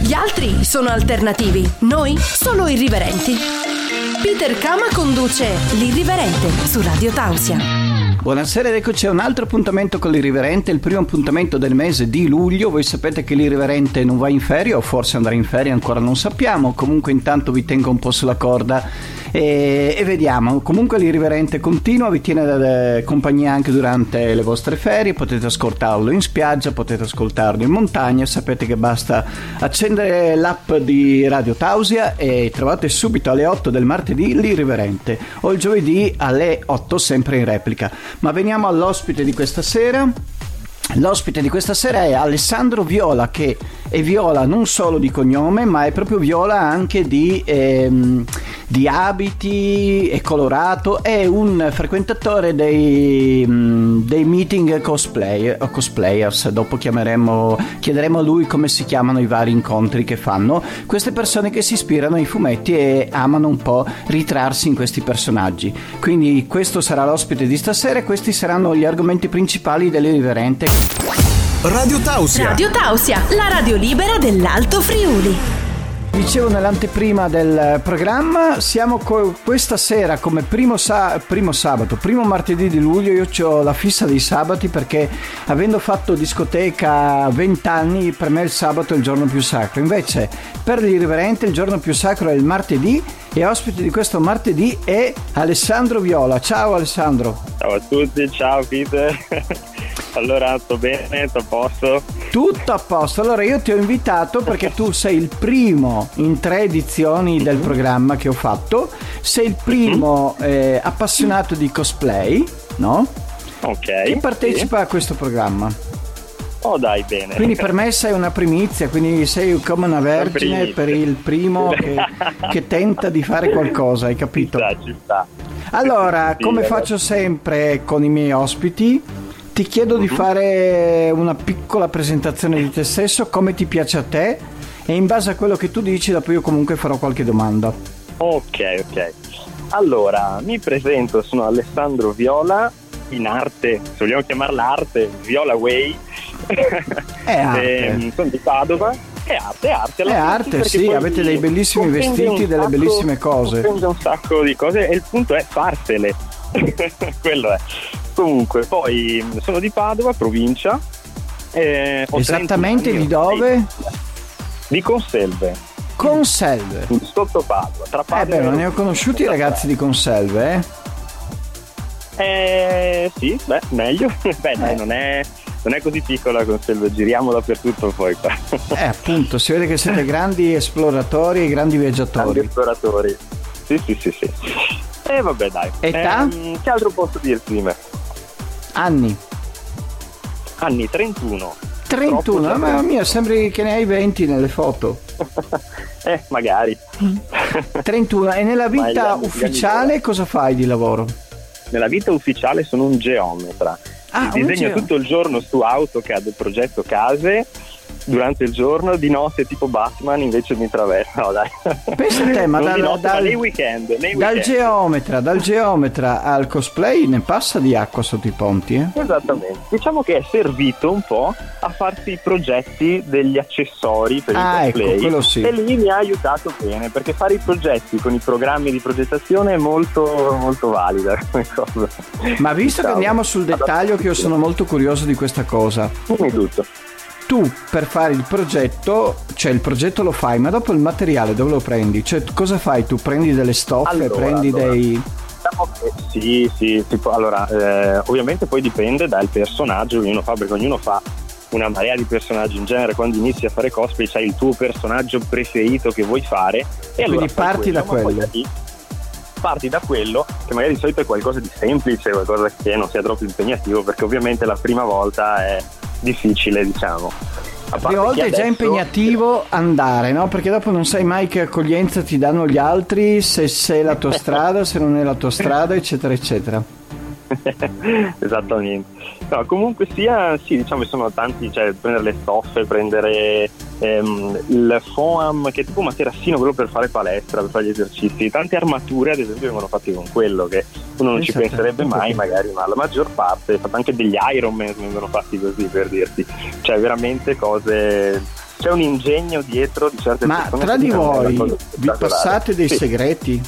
Gli altri sono alternativi, noi solo irriverenti. Peter Kama conduce L'Irriverente su Radio Tausia. Buonasera ed eccoci a un altro appuntamento con l'Irriverente, il primo appuntamento del mese di luglio. Voi sapete che l'Irriverente non va in ferie, o forse andrà in ferie, ancora non sappiamo. Comunque intanto vi tengo un po' sulla corda e vediamo. Comunque l'Irriverente continua, vi tiene compagnia anche durante le vostre ferie. Potete ascoltarlo in spiaggia, potete ascoltarlo in montagna. Sapete che basta accendere l'app di Radio Tausia e trovate subito alle 8 del martedì l'Irriverente, o il giovedì alle 8 sempre in replica. Ma veniamo all'ospite di questa sera. L'ospite di questa sera è Alessandro Viola, che è Viola non solo di cognome, ma è proprio Viola anche di abiti, è colorato, è un frequentatore dei meeting cosplayers. Dopo chiederemo a lui come si chiamano i vari incontri che fanno queste persone che si ispirano ai fumetti e amano un po' ritrarsi in questi personaggi. Quindi questo sarà l'ospite di stasera e questi saranno gli argomenti principali dell'Irriverente. Radio Tausia. Radio Tausia, la radio libera dell'Alto Friuli. Dicevo nell'anteprima del programma, siamo questa sera come primo martedì di luglio. Io ho la fissa dei sabati perché, avendo fatto discoteca 20 anni, per me il sabato è il giorno più sacro. Invece per l'Irriverente il giorno più sacro è il martedì, e ospite di questo martedì è Alessandro Viola. Ciao Alessandro. Ciao a tutti, ciao Peter. Allora, tutto bene? Tutto a posto? Tutto a posto. Allora, io ti ho invitato perché tu sei il primo in 3 edizioni del programma che ho fatto. Sei il primo appassionato di cosplay, no? Ok. Che partecipa a questo programma. Oh dai, bene. Quindi per me sei una primizia, quindi sei come una vergine per il primo che tenta di fare qualcosa, hai capito? Ci sta. Allora, come faccio sempre con i miei ospiti, ti chiedo di fare una piccola presentazione di te stesso, come ti piace a te, e in base a quello che tu dici dopo io comunque farò qualche domanda. Ok. Allora, mi presento, sono Alessandro Viola, in arte, se vogliamo chiamarla arte, Viola Way. È arte. Sono di Padova. È arte, sì, avete dei bellissimi vestiti, delle bellissime cose. Comprende un sacco di cose e il punto è farsele. Quello è. Comunque, poi sono di Padova, provincia. Esattamente di dove? Di Conselve. Conselve. Sotto Padova. Tra Padova non ne ho conosciuti i ragazzi di Conselve, Sì, meglio. Dai, non è così piccola Conselve, giriamo dappertutto poi qua. Appunto, si vede che siete grandi esploratori e grandi viaggiatori. Grandi esploratori. Sì. E vabbè, dai. Età? Che altro posso dirti di me? Anni 31. 31, mamma mia, sembri che ne hai 20 nelle foto. Magari. 31. E nella vita ufficiale cosa fai di lavoro? Nella vita ufficiale sono un geometra. Disegno tutto il giorno su AutoCAD, progetto case durante il giorno, di notte tipo Batman invece mi traverso. No, dai. Pensa a te, ma nei weekend. Dal geometra al cosplay ne passa di acqua sotto i ponti, Esattamente. Diciamo che è servito un po' a farsi i progetti degli accessori per il cosplay. Ecco, quello sì. E lì mi ha aiutato bene, perché fare i progetti con i programmi di progettazione è molto molto valida come cosa. Ma visto che andiamo sul dettaglio, che io sono molto curioso di questa cosa. Dimmi tutto. Tu per fare il progetto, cioè il progetto lo fai, ma dopo il materiale dove lo prendi? Cioè cosa fai? Tu prendi delle stoffe, dei... Sì, tipo, ovviamente poi dipende dal personaggio che ognuno fa, perché ognuno fa una marea di personaggi. In genere quando inizi a fare cosplay c'hai il tuo personaggio preferito che vuoi fare e quindi allora parti da quello. Parti da quello, che magari di solito è qualcosa di semplice, qualcosa che non sia troppo impegnativo, perché ovviamente la prima volta è difficile, diciamo. La prima volta è già impegnativo andare, no? Perché dopo non sai mai che accoglienza ti danno gli altri, se è la tua strada, se non è la tua strada, eccetera eccetera. Esattamente. No, comunque sia, sì, diciamo che sono tanti, cioè prendere le stoffe, prendere il foam, che è tipo un materassino quello per fare palestra, per fare gli esercizi. Tante armature ad esempio vengono fatte con quello, che uno non ci penserebbe mai magari, ma la maggior parte, anche degli Iron Man vengono fatti così, per dirti, cioè veramente cose c'è un ingegno dietro di certe persone. Ma tra di voi vi passate dei segreti?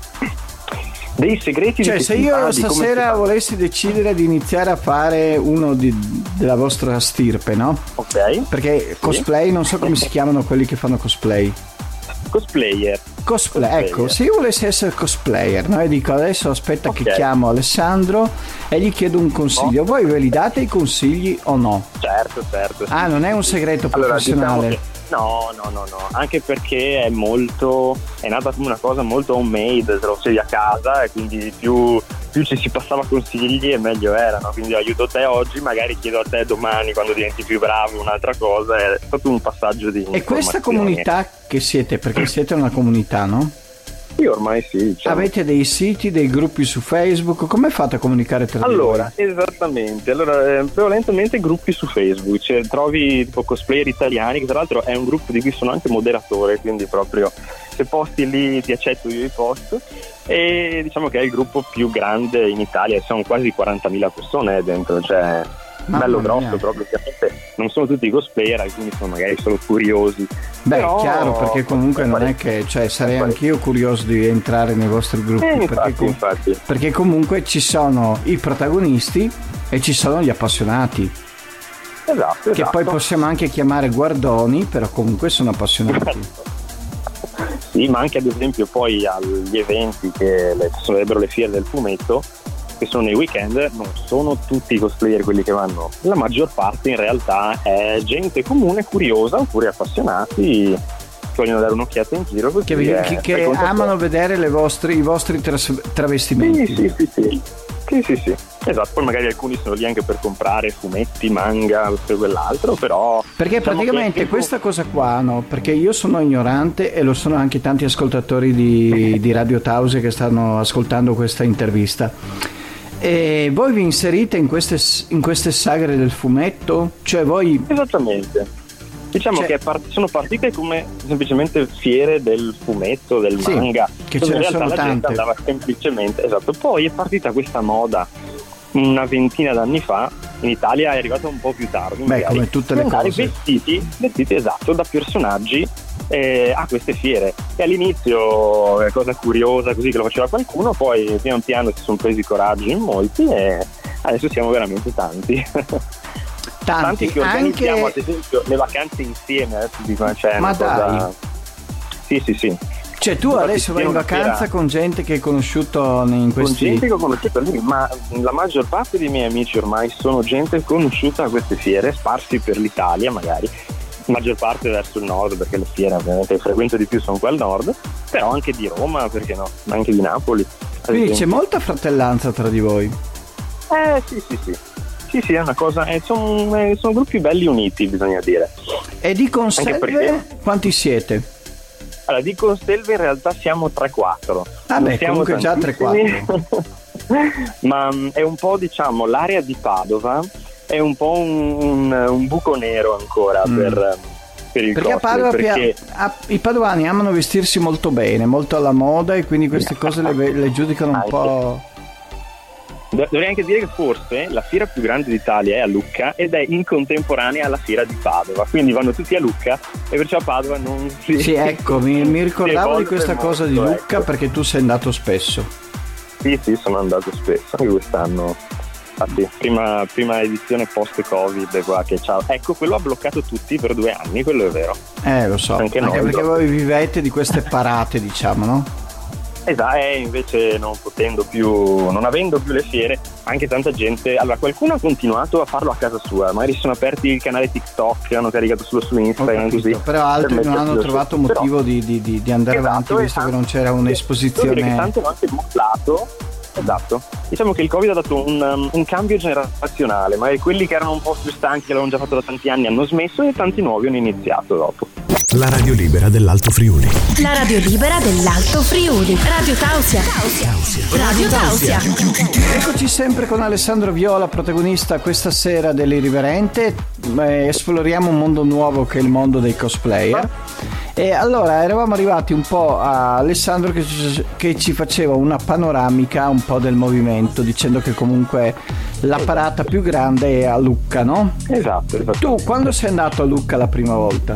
Dei segreti? Cioè, se io stasera volessi decidere di iniziare a fare uno della vostra stirpe, no? Ok. Perché cosplay, non so come si chiamano quelli che fanno cosplay. Cosplayer. Ecco, se io volessi essere cosplayer, no? E dico adesso aspetta che chiamo Alessandro e gli chiedo un consiglio. Voi ve li date i consigli o no? Certo. Ah, non è un segreto professionale? Diciamo no, anche perché è nata come una cosa molto homemade, te lo facevi a casa e quindi più ci si passava consigli e meglio era, no? Quindi aiuto te oggi, magari chiedo a te domani quando diventi più bravo un'altra cosa, è stato un passaggio di informazioni. E questa comunità che siete, perché siete una comunità, no? Sì, ormai sì. Diciamo. Avete dei siti, dei gruppi su Facebook? Come fate a comunicare tra di voi? Esattamente. Prevalentemente gruppi su Facebook. Cioè, trovi tipo cosplayer italiani, che tra l'altro è un gruppo di cui sono anche moderatore, quindi proprio se posti lì ti accetto io i post. E diciamo che è il gruppo più grande in Italia, sono quasi 40.000 persone dentro, cioè bello grosso proprio. Chiaramente non sono tutti cosplayer, alcuni sono magari solo curiosi. Beh, però, è chiaro, perché comunque non è che, cioè, sarei anch'io curioso di entrare nei vostri gruppi, infatti. Perché comunque ci sono i protagonisti e ci sono gli appassionati. Esatto. Che poi possiamo anche chiamare guardoni, però comunque sono appassionati. Sì, ma anche ad esempio poi agli eventi che sarebbero le fiere del fumetto, che sono nei weekend, non sono tutti i cosplayer quelli che vanno, la maggior parte in realtà è gente comune, curiosa oppure appassionati che vogliono dare un'occhiata in giro che amano vedere i vostri travestimenti. Sì. Esatto, poi magari alcuni sono lì anche per comprare fumetti, manga, questo e quell'altro, però perché praticamente questa cosa qua, no? Perché io sono ignorante e lo sono anche tanti ascoltatori di Radio Tausia che stanno ascoltando questa intervista. E voi vi inserite in queste sagre del fumetto? Cioè voi... Esattamente. Diciamo che sono partite come semplicemente fiere del fumetto, del manga, che ce ne sono la tante. Gente andava semplicemente, esatto. Poi è partita questa moda una ventina d'anni fa, in Italia è arrivata un po' più tardi. Beh, come tutte le cose. Vestiti esatto, da personaggi a queste fiere. E all'inizio è cosa curiosa così che lo faceva qualcuno, poi piano piano si sono presi coraggio in molti e adesso siamo veramente tanti. Tanti che organizziamo ad esempio le vacanze insieme, adesso dicono c'è ma dai. Sì. Cioè tu adesso vai in vacanza con gente che hai conosciuto in questi... Con gente che ho conosciuto lì, ma la maggior parte dei miei amici ormai sono gente conosciuta a queste fiere, sparsi per l'Italia magari, maggior parte verso il nord, perché le fiere ovviamente frequento di più sono qua al nord, però anche di Roma, perché no, anche di Napoli. Quindi c'è molta fratellanza tra di voi? Sì, è una cosa, sono gruppi belli uniti, bisogna dire. E di Conselve quanti siete? Allora, di Constelve in realtà siamo 3-4. Comunque già 3-4. Ma è un po', diciamo, l'area di Padova è un po' un buco nero ancora per il perché cosplay, i padovani amano vestirsi molto bene, molto alla moda, e quindi queste cose le giudicano un po'. Dovrei anche dire che forse la fiera più grande d'Italia è a Lucca ed è in contemporanea alla fiera di Padova, quindi vanno tutti a Lucca e perciò a Padova non si... Sì, ecco, mi ricordavo di questa cosa di Lucca, ecco. Perché tu sei andato spesso. Sì, sono andato spesso, anche quest'anno. Infatti, prima edizione post-Covid qua che ciao. Ecco, quello ha bloccato tutti per 2 anni, quello è vero. Lo so, anche perché voi vivete di queste parate, diciamo, no? Esatto, invece non avendo più le fiere, anche tanta gente, allora qualcuno ha continuato a farlo a casa sua, magari si sono aperti il canale TikTok, hanno caricato solo su Instagram, così. Però altri non hanno trovato motivo di andare avanti, visto che non c'era un'esposizione. Che tanto hanno anche mollato. Esatto, diciamo che il Covid ha dato un cambio generazionale, magari quelli che erano un po' più stanchi, che l'avevano già fatto da tanti anni, hanno smesso e tanti nuovi hanno iniziato dopo. La radio libera dell'Alto Friuli. La radio libera dell'Alto Friuli. Radio Tausia. Radio Tausia. Eccoci sempre con Alessandro Viola, protagonista questa sera dell'Irriverente. Esploriamo un mondo nuovo che è il mondo dei cosplayer. E allora eravamo arrivati un po' a Alessandro che ci faceva una panoramica un po' del movimento, dicendo che comunque la parata più grande è a Lucca, no? Esatto. Tu quando sei andato a Lucca la prima volta?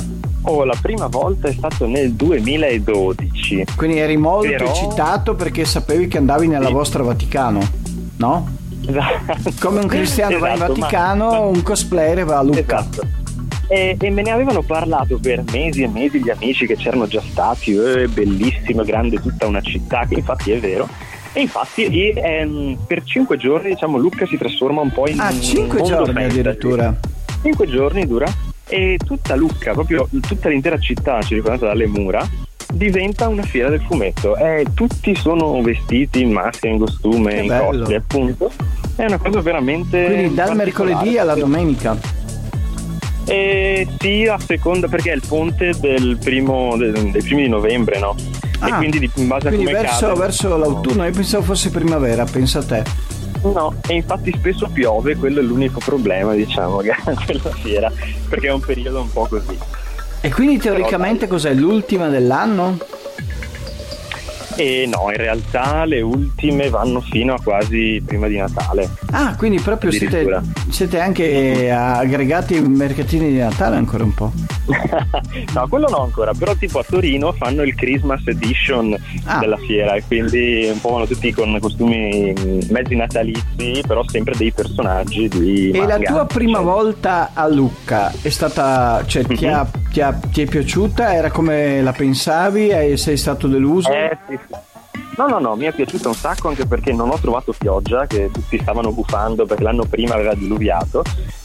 Oh, la prima volta è stato nel 2012. Quindi eri molto Però... eccitato perché sapevi che andavi nella vostra Vaticano, no? Esatto. Come un cristiano va in Vaticano, un cosplayer va a Lucca. Esatto. E me ne avevano parlato per mesi e mesi gli amici che c'erano già stati, bellissimo, grande, tutta una città, che infatti è vero. E infatti per 5 giorni, diciamo, Lucca si trasforma un po' in 5 giorni fantasy. Addirittura 5 giorni dura, e tutta Lucca, proprio tutta l'intera città circondata dalle mura, diventa una fiera del fumetto, tutti sono vestiti in maschera, in costume, in cosplay, appunto. È una cosa veramente, quindi dal mercoledì alla domenica. Sì, a seconda, perché è il ponte dei primi di novembre, no? E quindi in base a come verso l'autunno. Io pensavo fosse primavera, pensa a te. No, e infatti spesso piove, quello è l'unico problema, diciamo, che ha quella fiera, perché è un periodo un po' così. E quindi teoricamente cos'è, l'ultima dell'anno? No, in realtà le ultime vanno fino a quasi prima di Natale. Quindi proprio siete anche aggregati ai mercatini di Natale ancora un po'? No, quello no ancora, però tipo a Torino fanno il Christmas Edition della fiera, e quindi un po' vanno tutti con costumi mezzi natalizi, però sempre dei personaggi di manga. E la tua prima volta a Lucca è stata, cioè ti è piaciuta? Era come la pensavi? Sei stato deluso? Sì. No, mi è piaciuta un sacco, anche perché non ho trovato pioggia, che tutti stavano gufando perché l'anno prima aveva diluviato,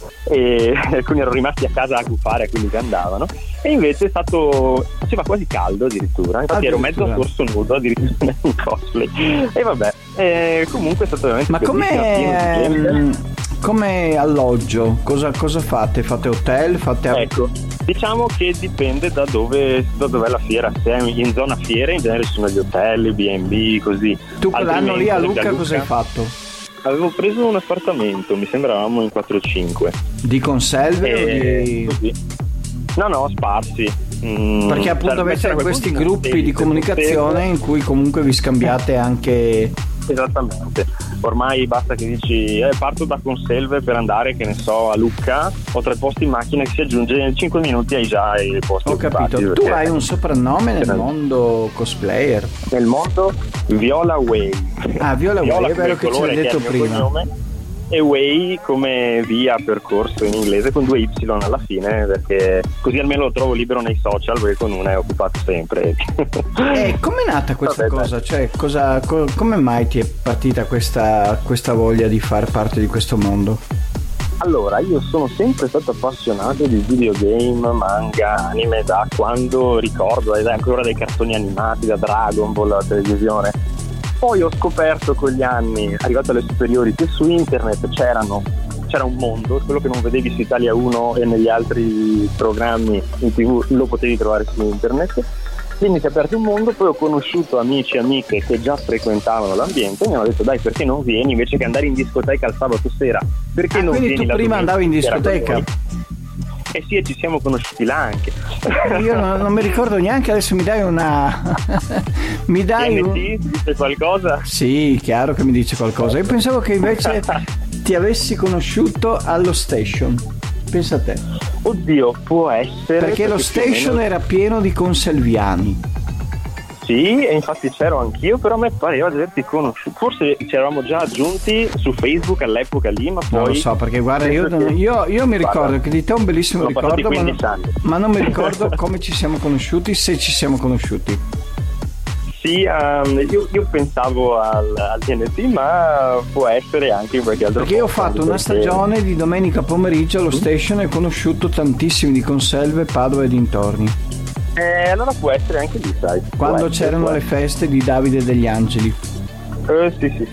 e quindi erano rimasti a casa a gufare a quelli che andavano, e invece faceva quasi caldo addirittura, infatti ero mezzo a torso nudo addirittura in cosplay, e vabbè, comunque è stato veramente bellissimo. Come alloggio? Cosa fate? Fate hotel? Ecco, diciamo che dipende da dov'è la fiera. Se è in zona fiera, in genere ci sono gli hotel, i B&B, così. Tu quell'anno lì a Lucca cosa hai fatto? Avevo preso un appartamento, mi sembravamo in 4-5. Di conserve? Così. No, sparsi. Perché appunto avete questi gruppi di comunicazione in cui comunque vi scambiate anche... Esattamente, ormai basta che dici parto da Conselve per andare, che ne so, a Lucca, ho 3 posti in macchina che si aggiunge, in 5 minuti hai già i posti. Ho capito, tu hai un soprannome nel mondo cosplayer? Nel mondo Viola Way. Viola Way, è vero che ce l'hai detto prima. Cognome, e Way come via, percorso in inglese, con 2 Y alla fine, perché così almeno lo trovo libero nei social, perché con una è occupato sempre. Com'è nata questa cosa? Cioè, come mai ti è partita questa voglia di far parte di questo mondo? Allora, io sono sempre stato appassionato di videogame, manga, anime, da quando ricordo, ancora dei cartoni animati, da Dragon Ball alla televisione. Poi ho scoperto con gli anni, arrivato alle superiori, che su internet c'era un mondo, quello che non vedevi su Italia 1 e negli altri programmi in TV lo potevi trovare su internet. Quindi si è aperto un mondo, poi ho conosciuto amici e amiche che già frequentavano l'ambiente e mi hanno detto dai, perché non vieni invece che andare in discoteca il sabato sera? Perché non quindi vieni tu prima andavi in discoteca? Sì, e ci siamo conosciuti là anche. Io non mi ricordo neanche, adesso mi dai una... mi dai TNT, ti dice qualcosa? Sì, chiaro che mi dice qualcosa. Io pensavo che invece ti avessi conosciuto allo Station. Pensa a te. Oddio, può essere. Perché lo Station era pieno di conselviani. Sì, e infatti c'ero anch'io, però a me pareva di averti conosciuto. Forse ci eravamo già aggiunti su Facebook all'epoca lì, ma poi... Non lo so, perché guarda, io mi ricordo che di te ho un bellissimo ricordo, ma non mi ricordo come ci siamo conosciuti, se ci siamo conosciuti. Sì, io pensavo al TNT, ma può essere anche in qualche altro perché io ho fatto una stagione di domenica pomeriggio allo Station e ho conosciuto tantissimi di Conselve, Padova e dintorni. Allora può essere anche lì, sai. Quando c'erano le feste di Davide degli Angeli. Sì.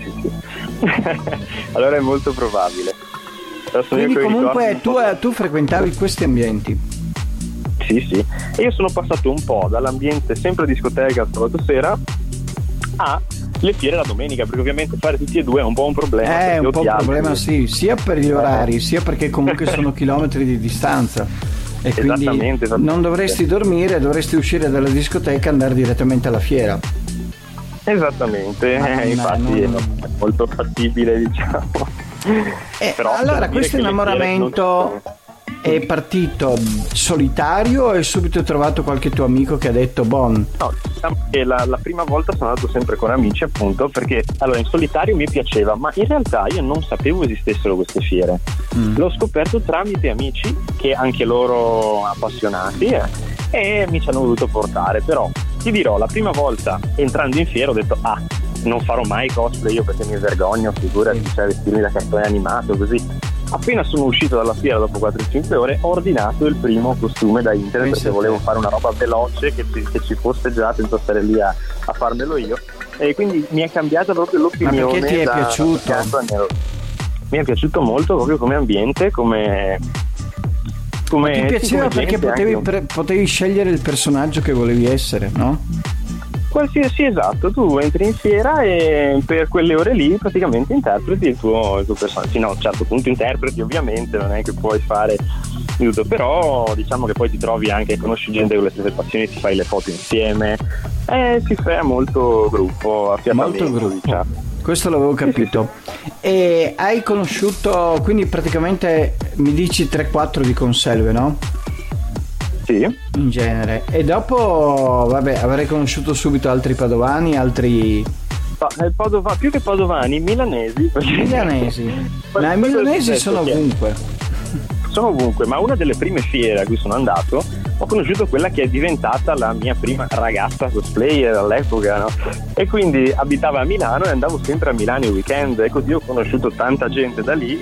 Allora è molto probabile. Quindi comunque tu frequentavi questi ambienti. Sì. E io sono passato un po' dall'ambiente sempre discoteca il sabato sera a le fiere la domenica, perché ovviamente fare tutti e due è un po' un problema. È un po' un problema, sì, sia per gli orari, sia perché comunque sono chilometri di distanza. E quindi non dovresti dormire, dovresti uscire dalla discoteca e andare direttamente alla fiera. Esattamente, infatti è molto fattibile, diciamo. Però allora questo innamoramento È partito solitario o hai subito trovato qualche tuo amico che ha detto bon? No, diciamo che la prima volta sono andato sempre con amici, appunto, perché allora in solitario mi piaceva, ma in realtà io non sapevo esistessero queste fiere. L'ho scoperto tramite amici che anche loro appassionati e mi ci hanno voluto portare. Però ti dirò, la prima volta entrando in fiera ho detto non farò mai cosplay io perché mi vergogno, figurati, cioè vestirmi da cartone animato così. Appena sono uscito dalla fiera dopo 4-5 ore ho ordinato il primo costume da internet perché volevo fare una roba veloce che ci fosse già senza stare lì a farmelo io, e quindi mi è cambiata proprio l'opinione. Ma perché ti è piaciuto? Mi è piaciuto molto proprio come ambiente, come ti piaceva perché potevi scegliere il personaggio che volevi essere, no? Qualsiasi, esatto, tu entri in fiera e per quelle ore lì praticamente interpreti il tuo personaggio. Fino a un certo punto interpreti, ovviamente, non è che puoi fare tutto, però diciamo che poi ti trovi anche, conosci gente con le stesse passioni, ti fai le foto insieme, si fa molto gruppo, molto gruppo, diciamo. Questo l'avevo capito. Sì. E hai conosciuto, quindi praticamente mi dici 3-4 di conserve, no? Sì. In genere. E dopo, vabbè, avrei conosciuto subito altri padovani, altri... più che padovani, milanesi. Milanesi. Ma i milanesi sono ovunque. Sono ovunque, ma una delle prime fiere a cui sono andato ho conosciuto quella che è diventata la mia prima ragazza cosplayer all'epoca, no? E quindi abitava a Milano e andavo sempre a Milano i weekend, e così ho conosciuto tanta gente da lì.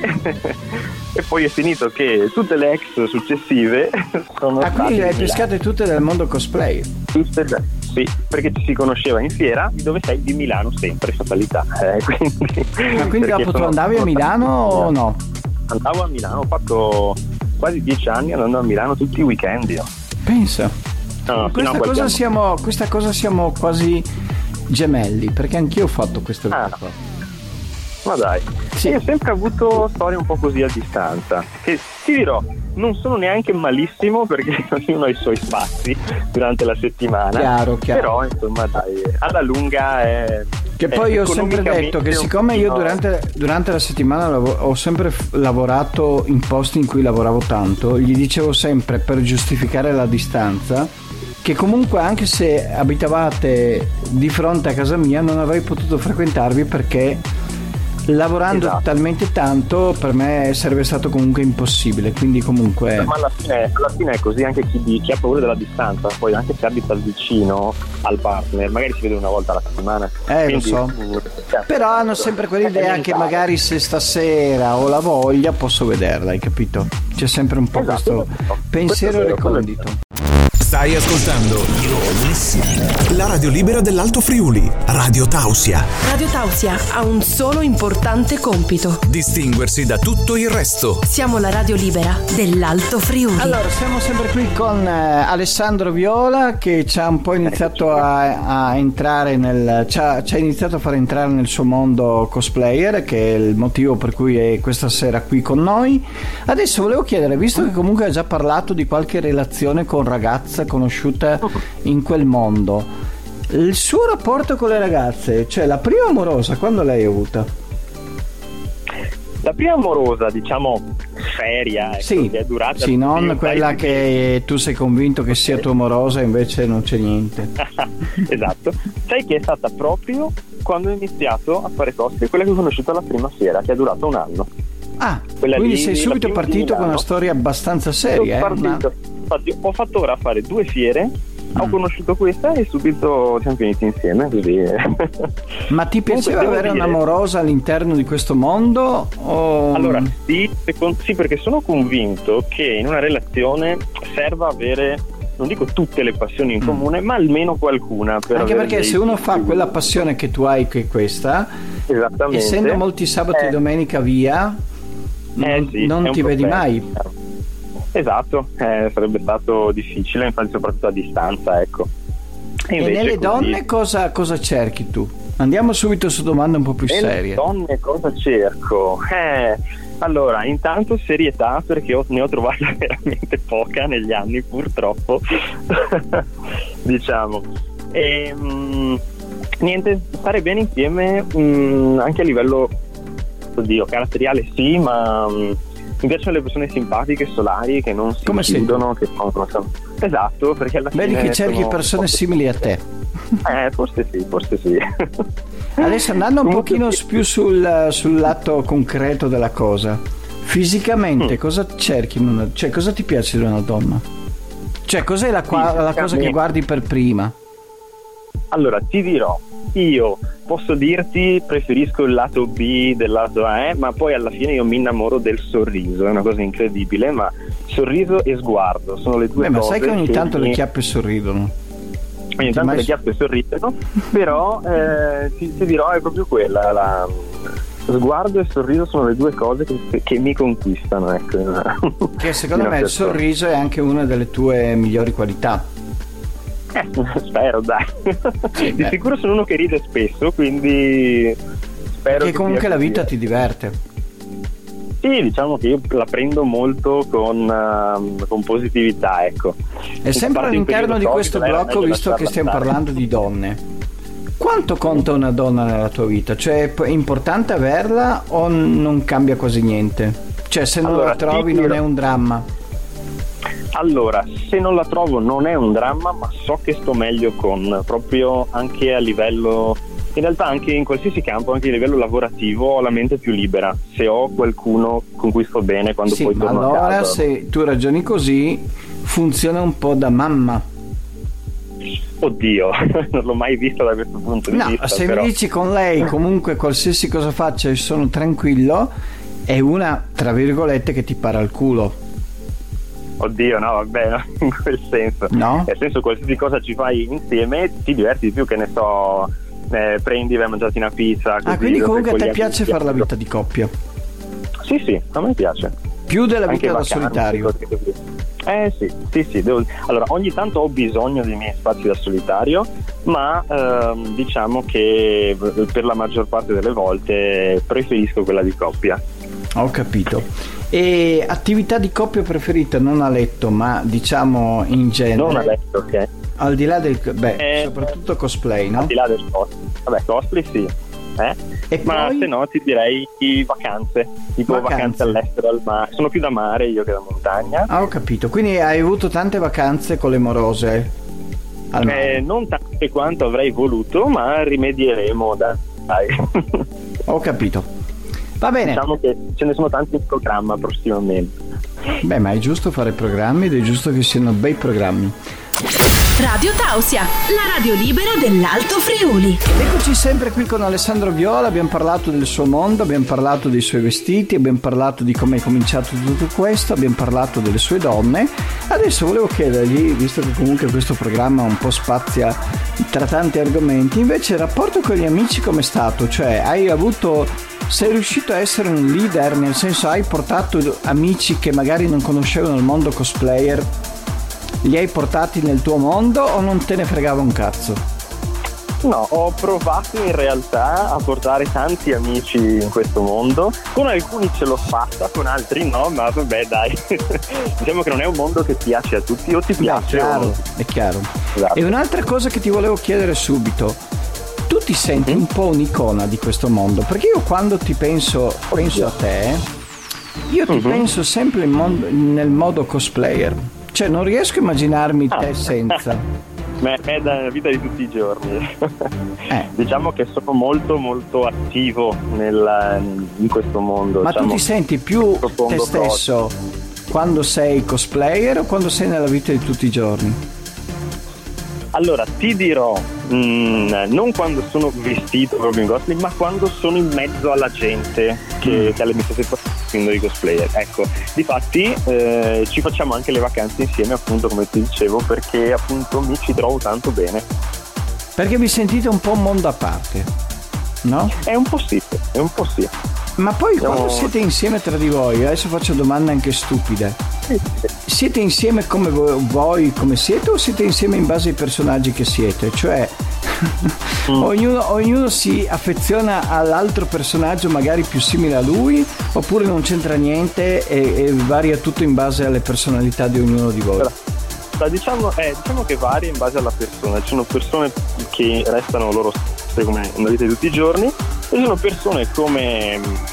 E poi è finito che tutte le ex successive sono state quindi le hai pescate tutte del mondo cosplay? Sì, perché ci si conosceva in fiera, dove sei di Milano sempre, fatalità. Quindi dopo tu andavi a Milano o no? Andavo a Milano, ho fatto quasi 10 anni andando a Milano tutti i weekend io. Pensa. No, questa cosa siamo quasi gemelli, perché anch'io ho fatto questa cosa. Ma dai, sì. Io ho sempre avuto storie un po' così a distanza, che ti dirò, non sono neanche malissimo perché ognuno ha i suoi spazi durante la settimana. Chiaro. Però insomma dai, alla lunga è... Che poi io ho sempre detto che siccome io durante la settimana ho sempre lavorato in posti in cui lavoravo tanto, gli dicevo sempre, per giustificare la distanza, che comunque anche se abitavate di fronte a casa mia non avrei potuto frequentarvi perché lavorando talmente tanto per me sarebbe stato comunque impossibile, quindi comunque... Ma alla fine è così, anche chi ha paura della distanza, poi anche se abita vicino al partner magari si vede una volta alla settimana, quindi, lo so, però hanno sempre quell'idea che magari se stasera ho la voglia posso vederla, hai capito? C'è sempre un po' questo pensiero recondito. Stai ascoltando la radio libera dell'Alto Friuli, Radio Tausia. Radio Tausia ha un solo importante compito: distinguersi da tutto il resto. Siamo la radio libera dell'Alto Friuli. Allora, siamo sempre qui con Alessandro Viola, che ci ha un po' iniziato a entrare ci ha iniziato a far entrare nel suo mondo cosplayer, che è il motivo per cui è questa sera qui con noi. Adesso volevo chiedere, visto che comunque ha già parlato di qualche relazione con ragazze conosciuta in quel mondo, il suo rapporto con le ragazze, cioè la prima amorosa, quando l'hai avuta? La prima amorosa, diciamo seria, sì, che è durata, sì, non quella che tu sei convinto che sia tua amorosa, invece non c'è niente. Esatto. Sai che è stata proprio quando ho iniziato a fare cosplay, quella che ho conosciuto alla prima fiera, che è durata un anno. Quindi sei subito partito con una storia abbastanza seria. Infatti ho fatto ora fare 2 fiere, ho conosciuto questa e subito siamo finiti insieme, così. Ma ti piaceva avere un'amorosa all'interno di questo mondo? O... Allora sì, perché sono convinto che in una relazione serva avere, non dico tutte le passioni in comune, ma almeno qualcuna. Anche perché se uno fa quella passione che tu hai, che è questa, esattamente, essendo molti sabato e domenica via, non ti vedi mai. Esatto, sarebbe stato difficile, infatti soprattutto a distanza, ecco. E nelle donne cosa cerchi tu? Andiamo subito su domande un po' più serie. Nelle donne cosa cerco? Allora, intanto serietà, perché ne ho trovata veramente poca negli anni, purtroppo. Diciamo. E niente, stare bene insieme, anche a livello caratteriale sì, ma mi piacciono le persone simpatiche, solari, che non si chiudono, che sono... Esatto, perché alla fine vedi che cerchi persone simili a te. Forse sì. Adesso andando un pochino più sul lato concreto della cosa, fisicamente cosa cerchi cioè cosa ti piace di una donna? Cioè cos'è la cosa che guardi per prima? Allora ti dirò, io posso dirti preferisco il lato B del lato A, ma poi alla fine io mi innamoro del sorriso, è una cosa incredibile, ma sorriso e sguardo sono le due cose. Ma sai che ogni tanto le chiappe sorridono? Ogni tanto le chiappe sorridono, però ti dirò è proprio quella, sguardo e sorriso sono le due cose che mi conquistano, ecco. Che secondo me il sorriso è anche una delle tue migliori qualità. Spero, dai. Sì, di sicuro sono uno che ride spesso, quindi spero che comunque la vita ti diverte. Sì, diciamo che io la prendo molto con positività, ecco. E sempre all'interno di questo blocco, visto che stiamo parlando di donne, quanto conta una donna nella tua vita? Cioè è importante averla o non cambia quasi niente? Cioè se non la trovi non è un dramma? Allora, se non la trovo non è un dramma, ma so che sto meglio proprio anche a livello, in realtà anche in qualsiasi campo, anche a livello lavorativo, ho la mente più libera. Se ho qualcuno con cui sto bene quando poi torno a casa. Allora, se tu ragioni così, funziona un po' da mamma. Oddio, non l'ho mai vista da questo punto di vista. Se mi dici con lei comunque qualsiasi cosa faccia sono tranquillo, è una, tra virgolette, che ti para il culo. Oddio, no, vabbè, no, in quel senso. No? Nel senso, qualsiasi cosa ci fai insieme ti diverti di più, che ne so, prendi, vai a mangiarti una pizza. Così, quindi comunque a te piace fare la vita di coppia? Sì, a me piace. Più della vita da solitario? Sì. Allora, ogni tanto ho bisogno dei miei spazi da solitario, ma diciamo che per la maggior parte delle volte preferisco quella di coppia. Ho capito. E attività di coppia preferita non a letto, ma diciamo in genere? Non a letto, ok. Al di là del soprattutto cosplay, no? Al di là del cosplay. Vabbè, cosplay sì. Ma poi? Se no ti direi vacanze, tipo vacanze all'estero, al mare. Sono più da mare io che da montagna. Ho capito. Quindi hai avuto tante vacanze con le morose al mare? Non tante quanto avrei voluto, ma rimedieremo, dai. Ho capito. Va bene. Diciamo che ce ne sono tanti in programma prossimamente. Beh, ma è giusto fare programmi ed è giusto che siano bei programmi. Radio Tausia, la radio libera dell'Alto Friuli. Eccoci sempre qui con Alessandro Viola, abbiamo parlato del suo mondo, abbiamo parlato dei suoi vestiti, abbiamo parlato di come è cominciato tutto questo, abbiamo parlato delle sue donne. Adesso volevo chiedergli, visto che comunque questo programma un po' spazia tra tanti argomenti, invece il rapporto con gli amici com'è stato? Cioè sei riuscito a essere un leader, nel senso hai portato amici che magari non conoscevano il mondo cosplayer, li hai portati nel tuo mondo o non te ne fregava un cazzo? No, ho provato in realtà a portare tanti amici in questo mondo, con alcuni ce l'ho fatta, con altri no, ma vabbè dai, diciamo che non è un mondo che piace a tutti, o ti piace è chiaro. Esatto. E un'altra cosa che ti volevo chiedere subito, tu ti senti un po' un'icona di questo mondo? Perché io quando ti penso a te, io ti penso sempre nel modo cosplayer, cioè non riesco a immaginarmi te senza. Ma è da vita di tutti i giorni. Diciamo che sono molto molto attivo in questo mondo. Ma diciamo, tu ti senti più te stesso quando sei cosplayer o quando sei nella vita di tutti i giorni? Allora ti dirò, non quando sono vestito proprio in cosplay, ma quando sono in mezzo alla gente che ha le mie stesse situazioni di cosplayer. Ecco, difatti ci facciamo anche le vacanze insieme, appunto come ti dicevo, perché appunto mi ci trovo tanto bene. Perché vi sentite un po' un mondo a parte, no? È un po' sì. Ma poi quando siete insieme tra di voi, adesso faccio domande anche stupide, siete insieme come voi come siete o siete insieme in base ai personaggi che siete? Cioè ognuno si affeziona all'altro personaggio magari più simile a lui, oppure non c'entra niente e varia tutto in base alle personalità di ognuno di voi? Diciamo che varia in base alla persona. Ci sono persone che restano loro stesse come nella vita di tutti i giorni, e ci sono persone come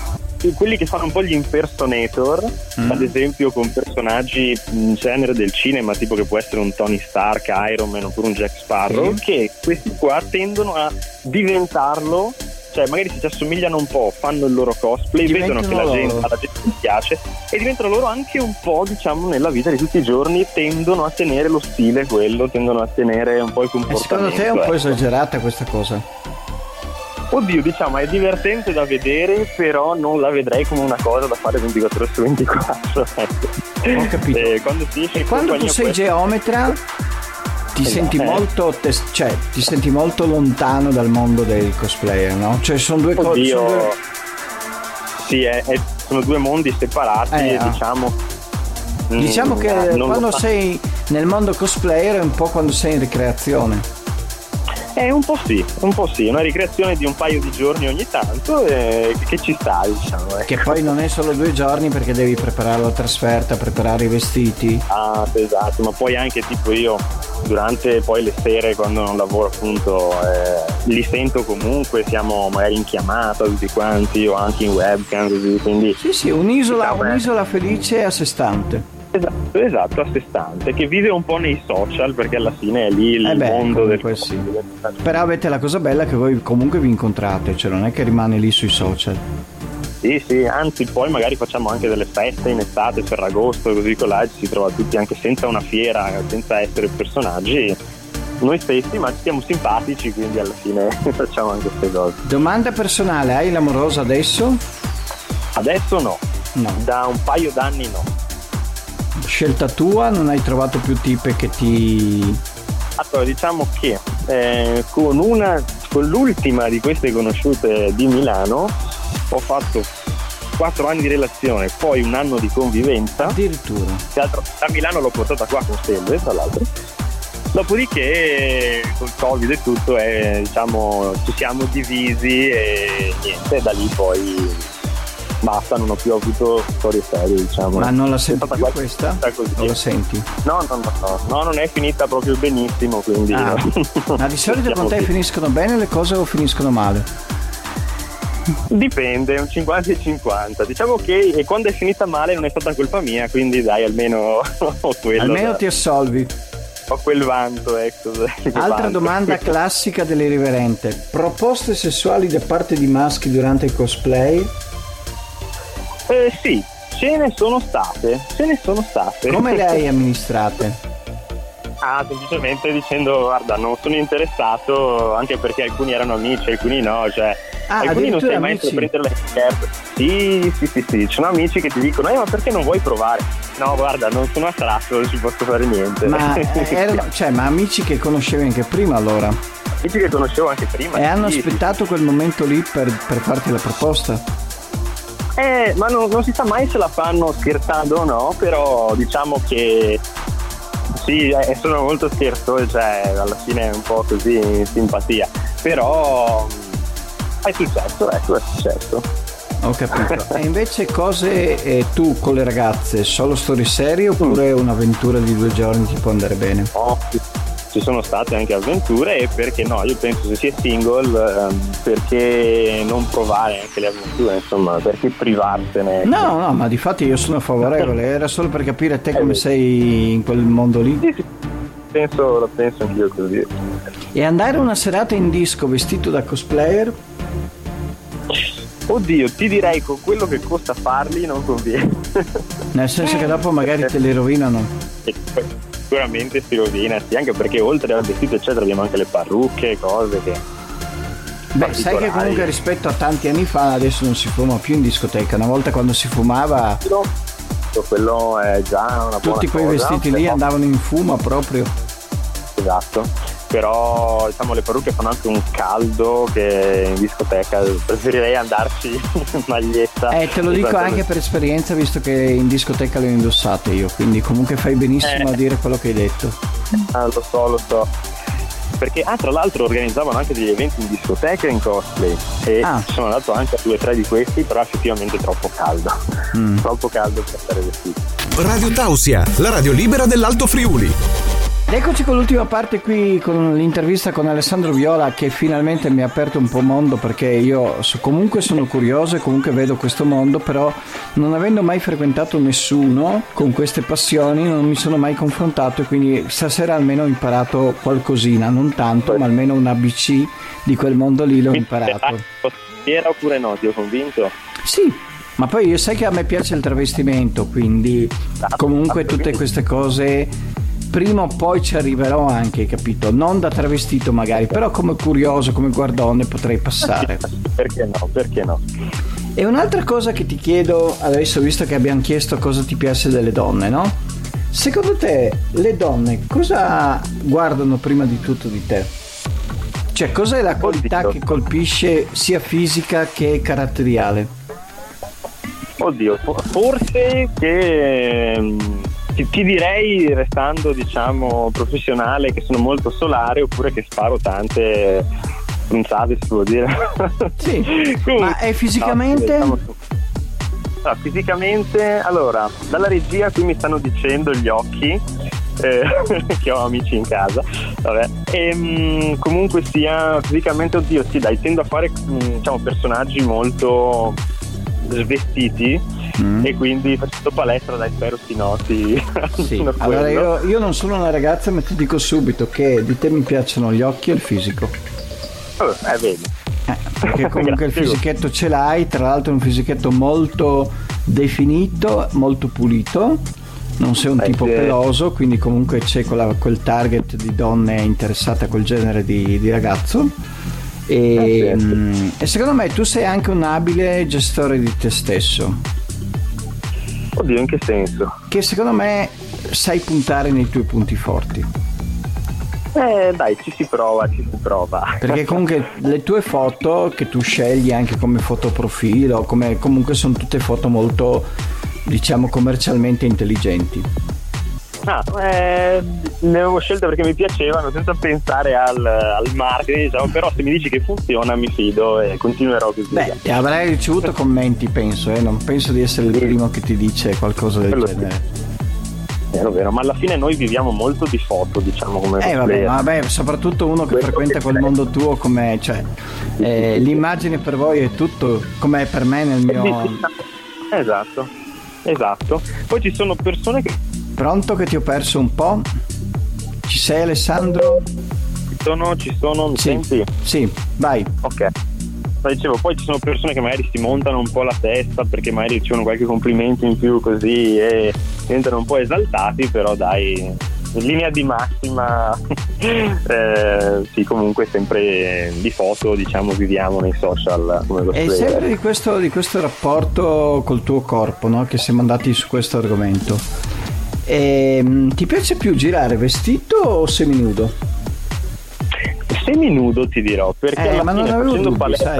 quelli che fanno un po' gli impersonator, ad esempio con personaggi in genere del cinema, tipo che può essere un Tony Stark, Iron Man oppure un Jack Sparrow, che questi qua tendono a diventarlo, cioè magari si ci assomigliano un po', fanno il loro cosplay, vedono che alla gente piace e diventano loro anche un po', diciamo, nella vita di tutti i giorni, tendono a tenere lo stile quello, tendono a tenere un po' il comportamento. Secondo te è un po' esagerata questa cosa? Oddio, diciamo, è divertente da vedere, però non la vedrei come una cosa da fare 24 ore su 24. Ho capito. Quando tu sei geometra ti senti molto ti senti molto lontano dal mondo dei cosplayer, no? Cioè sono due cose. Sì, sono due mondi separati, diciamo che quando sei nel mondo cosplayer è un po' quando sei in ricreazione. Un po' sì, una ricreazione di un paio di giorni ogni tanto che ci sta, diciamo. Che poi non è solo 2 giorni, perché devi preparare la trasferta, preparare i vestiti. Ah, esatto, ma poi anche tipo io durante poi le sere quando non lavoro appunto li sento comunque, siamo magari in chiamata tutti quanti o anche in webcam così, quindi sì, un'isola felice a sé stante. Esatto, a sé stante, che vive un po' nei social, perché alla fine è lì il mondo del sì. Però avete la cosa bella che voi comunque vi incontrate, cioè non è che rimane lì sui social. Sì, anzi poi magari facciamo anche delle feste in estate, Ferragosto, così con là ci si trova tutti anche senza una fiera, senza essere personaggi noi stessi, ma siamo simpatici, quindi alla fine facciamo anche queste cose. Domanda personale, hai l'amorosa adesso? Adesso no, da un paio d'anni no. Scelta tua, non hai trovato più tipe che ti... Allora, diciamo che con l'ultima di queste conosciute di Milano ho fatto 4 anni di relazione, poi 1 anno di convivenza. Addirittura. Da Milano l'ho portata qua con Stelle, tra l'altro. Dopodiché col Covid e tutto diciamo ci siamo divisi e niente, da lì poi basta, non ho più avuto storie serie, diciamo. Ma non la senti più questa? Non la senti? No, non è finita proprio benissimo, quindi ma di solito con te finiscono bene le cose o finiscono male? Dipende, un 50 e 50. Diciamo che quando è finita male non è stata colpa mia, quindi dai, almeno quello. Almeno ti assolvi. Ho quel vanto, ecco. Altra domanda classica dell'irriverente: proposte sessuali da parte di maschi durante il cosplay? Sì, ce ne sono state. Come le hai amministrate? Semplicemente dicendo guarda, non sono interessato, anche perché alcuni erano amici, alcuni no, cioè alcuni non sei mai a prendere le scherze. Sì, ci sono amici che ti dicono ma perché non vuoi provare? No, guarda, non sono attratto, non ci posso fare niente. Ma ma amici che conoscevi anche prima, allora? Amici che conoscevo anche prima. E hanno aspettato quel momento lì per farti la proposta? Ma non si sa mai se la fanno scherzando o no, però diciamo che sì, sono molto scherzosi, cioè alla fine è un po' così in simpatia, però è successo. Ho capito. E invece cose tu con le ragazze, solo storie serie oppure un'avventura di 2 giorni ti può andare bene? Ci sono state anche avventure, e perché no, io penso se si è single perché non provare anche le avventure, insomma, perché privarsene. No, ma di fatti io sono favorevole, era solo per capire te come sei in quel mondo lì. Sì. Lo penso anch'io così. E andare una serata in disco vestito da cosplayer? Oddio, ti direi con quello che costa farli non conviene. Nel senso che dopo magari te li rovinano. Sicuramente si rovina, sì, anche perché oltre al vestito eccetera abbiamo anche le parrucche, cose che... sai che comunque rispetto a tanti anni fa adesso non si fuma più in discoteca. Una volta quando si fumava quello è già una buona tutti quei cosa, vestiti lì andavano in fumo proprio. Esatto, però diciamo le parrucche fanno anche un caldo che in discoteca preferirei andarci in maglietta. Te lo dico anche per esperienza, visto che in discoteca le ho indossate io, quindi comunque fai benissimo a dire quello che hai detto. Lo so. Perché tra l'altro organizzavano anche degli eventi in discoteca in cosplay e sono andato anche a 2 o 3 di questi, però effettivamente troppo caldo. Troppo caldo per stare vestiti. Radio Tausia, la radio libera dell'Alto Friuli. Eccoci con l'ultima parte qui con l'intervista con Alessandro Viola, che finalmente mi ha aperto un po' mondo, perché io comunque sono curioso e comunque vedo questo mondo, però non avendo mai frequentato nessuno con queste passioni non mi sono mai confrontato, e quindi stasera almeno ho imparato qualcosina, non tanto, ma almeno un ABC di quel mondo lì l'ho imparato. Era oppure no? Ti ho convinto? Sì, ma poi io sai che a me piace il travestimento, quindi comunque tutte queste cose prima o poi ci arriverò anche, capito? Non da travestito magari, però come curioso, come guardone potrei passare. Perché no? Perché no? E un'altra cosa che ti chiedo adesso, visto che abbiamo chiesto cosa ti piace delle donne, no? Secondo te le donne cosa guardano prima di tutto di te? Cioè, cos'è la qualità che colpisce sia fisica che caratteriale? Oddio, forse che ti direi, restando diciamo professionale, che sono molto solare, oppure che sparo tante punzate, si può dire. Sì. Ma è fisicamente? No, fisicamente, allora, dalla regia qui mi stanno dicendo gli occhi, che ho amici in casa, vabbè. E comunque sia fisicamente, oddio, sì, dai, tendo a fare diciamo personaggi molto svestiti, e quindi facendo palestra, dai, spero si noti. Sì. Allora io non sono una ragazza, ma ti dico subito che di te mi piacciono gli occhi e il fisico. Vedi. Perché comunque il fischetto ce l'hai, tra l'altro è un fischetto molto definito, molto pulito, non sei un tipo peloso, quindi comunque c'è quel target di donne interessate a quel genere di ragazzo. E secondo me tu sei anche un abile gestore di te stesso. Oddio, in che senso? Che secondo me sai puntare nei tuoi punti forti. Dai, ci si prova. Perché comunque le tue foto che tu scegli anche come fotoprofilo, come comunque sono tutte foto molto, diciamo, commercialmente intelligenti. Ne avevo scelte perché mi piacevano, senza pensare al marketing, diciamo, però se mi dici che funziona mi fido e continuerò così. Beh, avrai ricevuto commenti, penso, non penso di essere il primo che ti dice qualcosa del genere. Vero, ma alla fine noi viviamo molto di foto, diciamo, come vabbè, soprattto uno che frequenta quel mondo tuo, come, cioè, l'immagine per voi è tutto, come è per me nel mio. Esatto. Poi ci sono persone che. Pronto, che ti ho perso un po'? Ci sei, Alessandro? Ci sono, mi senti? Sì, vai. Ok. Dicevo, poi ci sono persone che magari si montano un po' la testa perché magari ricevono qualche complimento in più così e diventano un po' esaltati, però dai, in linea di massima sì, comunque sempre di foto, diciamo, viviamo nei social come cosplayer. E sempre di questo rapporto col tuo corpo, no? Che siamo andati su questo argomento. Ti piace più girare vestito o seminudo? Seminudo ti dirò, perché alla fine facendo palestra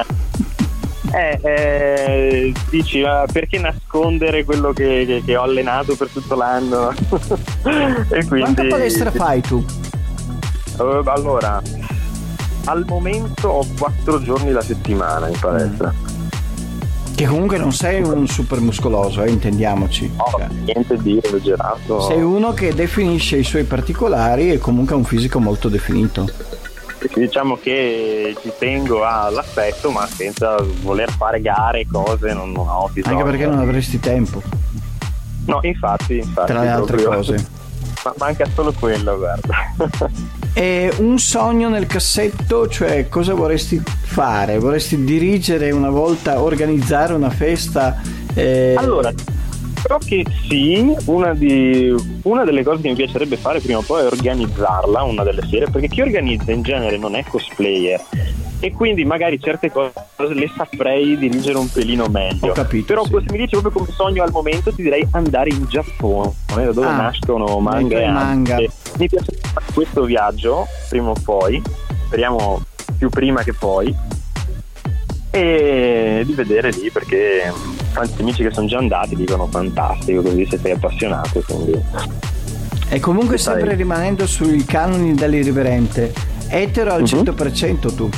dici, perché nascondere quello che ho allenato per tutto l'anno? E quindi, quanta palestra fai tu? Allora, al momento ho 4 giorni la settimana in palestra. Che comunque non sei un super muscoloso, intendiamoci. No, niente di esagerato. Sei uno che definisce i suoi particolari e comunque ha un fisico molto definito. Diciamo che ci tengo all'aspetto, ma senza voler fare gare, cose, non ho bisogno. Anche perché non avresti tempo. No, infatti tra le altre cose. Ma manca solo quello, guarda. E un sogno nel cassetto, cioè cosa vorresti fare? Vorresti dirigere una volta, organizzare una festa? Allora, però che sì, una delle cose che mi piacerebbe fare prima o poi è organizzarla, una delle fiere, perché chi organizza in genere non è cosplayer e quindi magari certe cose le saprei dirigere un pelino meglio. Ho capito, però sì. Se mi dici proprio come sogno al momento, ti direi andare in Giappone, da dove nascono manga e anime. Mi piace fare questo viaggio prima o poi, speriamo più prima che poi, e di vedere lì, perché tanti amici che sono già andati dicono fantastico, così se sei appassionato, quindi. E comunque sempre rimanendo sui canoni dell'irriverente, etero al 100% tu?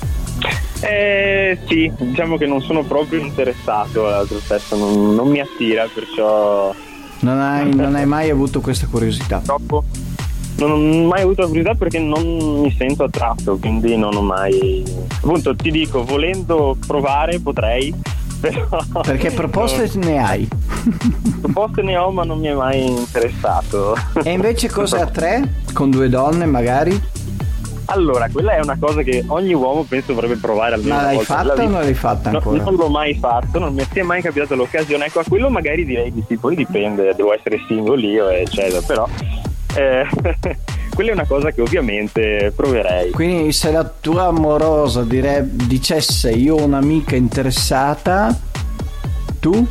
Sì, diciamo che non sono proprio interessato all'altro sesso, non mi attira, perciò non hai mai avuto questa curiosità? troppo. non ho mai avuto la curiosità perché non mi sento attratto, quindi non ho mai, appunto ti dico, volendo provare potrei, però perché proposte ne hai? Proposte ne ho, ma non mi è mai interessato. E invece cose a 3 con 2 donne magari? Allora, quella è una cosa che ogni uomo penso dovrebbe provare almeno Ma una l'hai volta nella fatta o vita. non l'hai fatta ancora? Non l'ho mai fatto, non mi è mai capitata l'occasione. Ecco, a quello magari direi di sì, poi dipende, devo essere single io eccetera, però quella è una cosa che ovviamente proverei. Quindi se la tua amorosa dicesse io ho un'amica interessata, tu?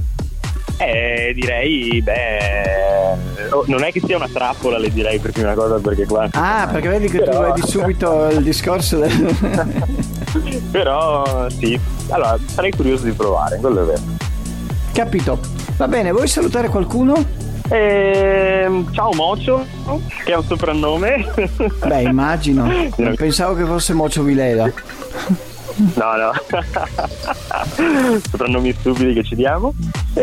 Direi, non è che sia una trappola, le direi per prima cosa, perché qua... Ah, perché vedi che tu vedi subito il discorso Però sì, allora sarei curioso di provare, quello è vero. Capito. Va bene, vuoi salutare qualcuno? Ciao Mocio, che è un soprannome. Beh, immagino. Non pensavo che fosse Mocio Vilela. No. Soprannomi stupidi che ci diamo.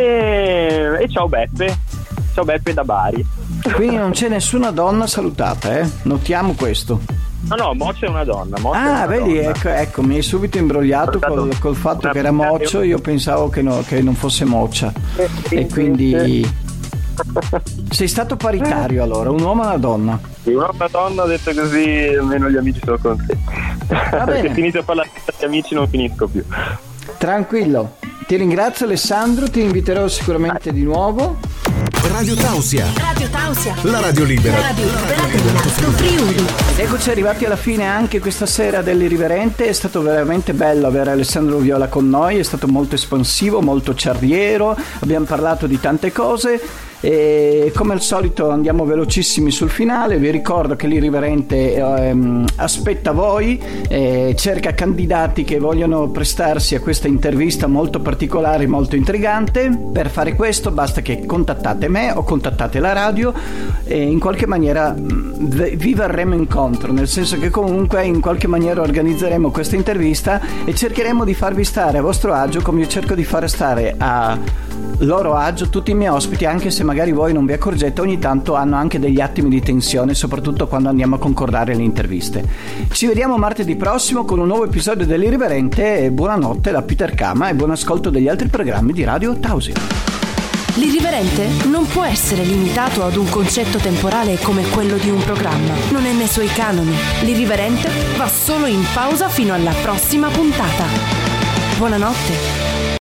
E ciao Beppe. Ciao Beppe da Bari. Quindi non c'è nessuna donna salutata, notiamo questo. No, Mocio è una donna. Vedi, ecco, mi hai subito imbrogliato col fatto che era Mocio. Io pensavo che non fosse Moccia. E quindi sei stato paritario allora, un uomo e una donna. Sì, un uomo e una donna, detto così almeno gli amici sono contenti. Se inizio a parlare di amici non finisco più. Tranquillo, ti ringrazio Alessandro, ti inviterò sicuramente di nuovo. Radio Tausia. Radio Tausia. La radio libera. La radio libera dell'Alto Friuli. Eccoci arrivati alla fine anche questa sera dell'Irriverente. È stato veramente bello avere Alessandro Viola con noi, è stato molto espansivo, molto ciarriero, abbiamo parlato di tante cose. E come al solito andiamo velocissimi sul finale. Vi ricordo che l'Irriverente aspetta voi, cerca candidati che vogliono prestarsi a questa intervista molto particolare, molto intrigante. Per fare questo basta che contattate me o contattate la radio e in qualche maniera vi verremo incontro, nel senso che comunque in qualche maniera organizzeremo questa intervista e cercheremo di farvi stare a vostro agio, come io cerco di fare stare a loro agio tutti i miei ospiti, anche se magari voi non vi accorgete, ogni tanto hanno anche degli attimi di tensione, soprattutto quando andiamo a concordare le interviste. Ci vediamo martedì prossimo con un nuovo episodio dell'Irriverente e buonanotte da Peter Kama e buon ascolto degli altri programmi di Radio Tausia. L'Irriverente non può essere limitato ad un concetto temporale come quello di un programma. Non è nei suoi canoni. L'Irriverente va solo in pausa fino alla prossima puntata. Buonanotte.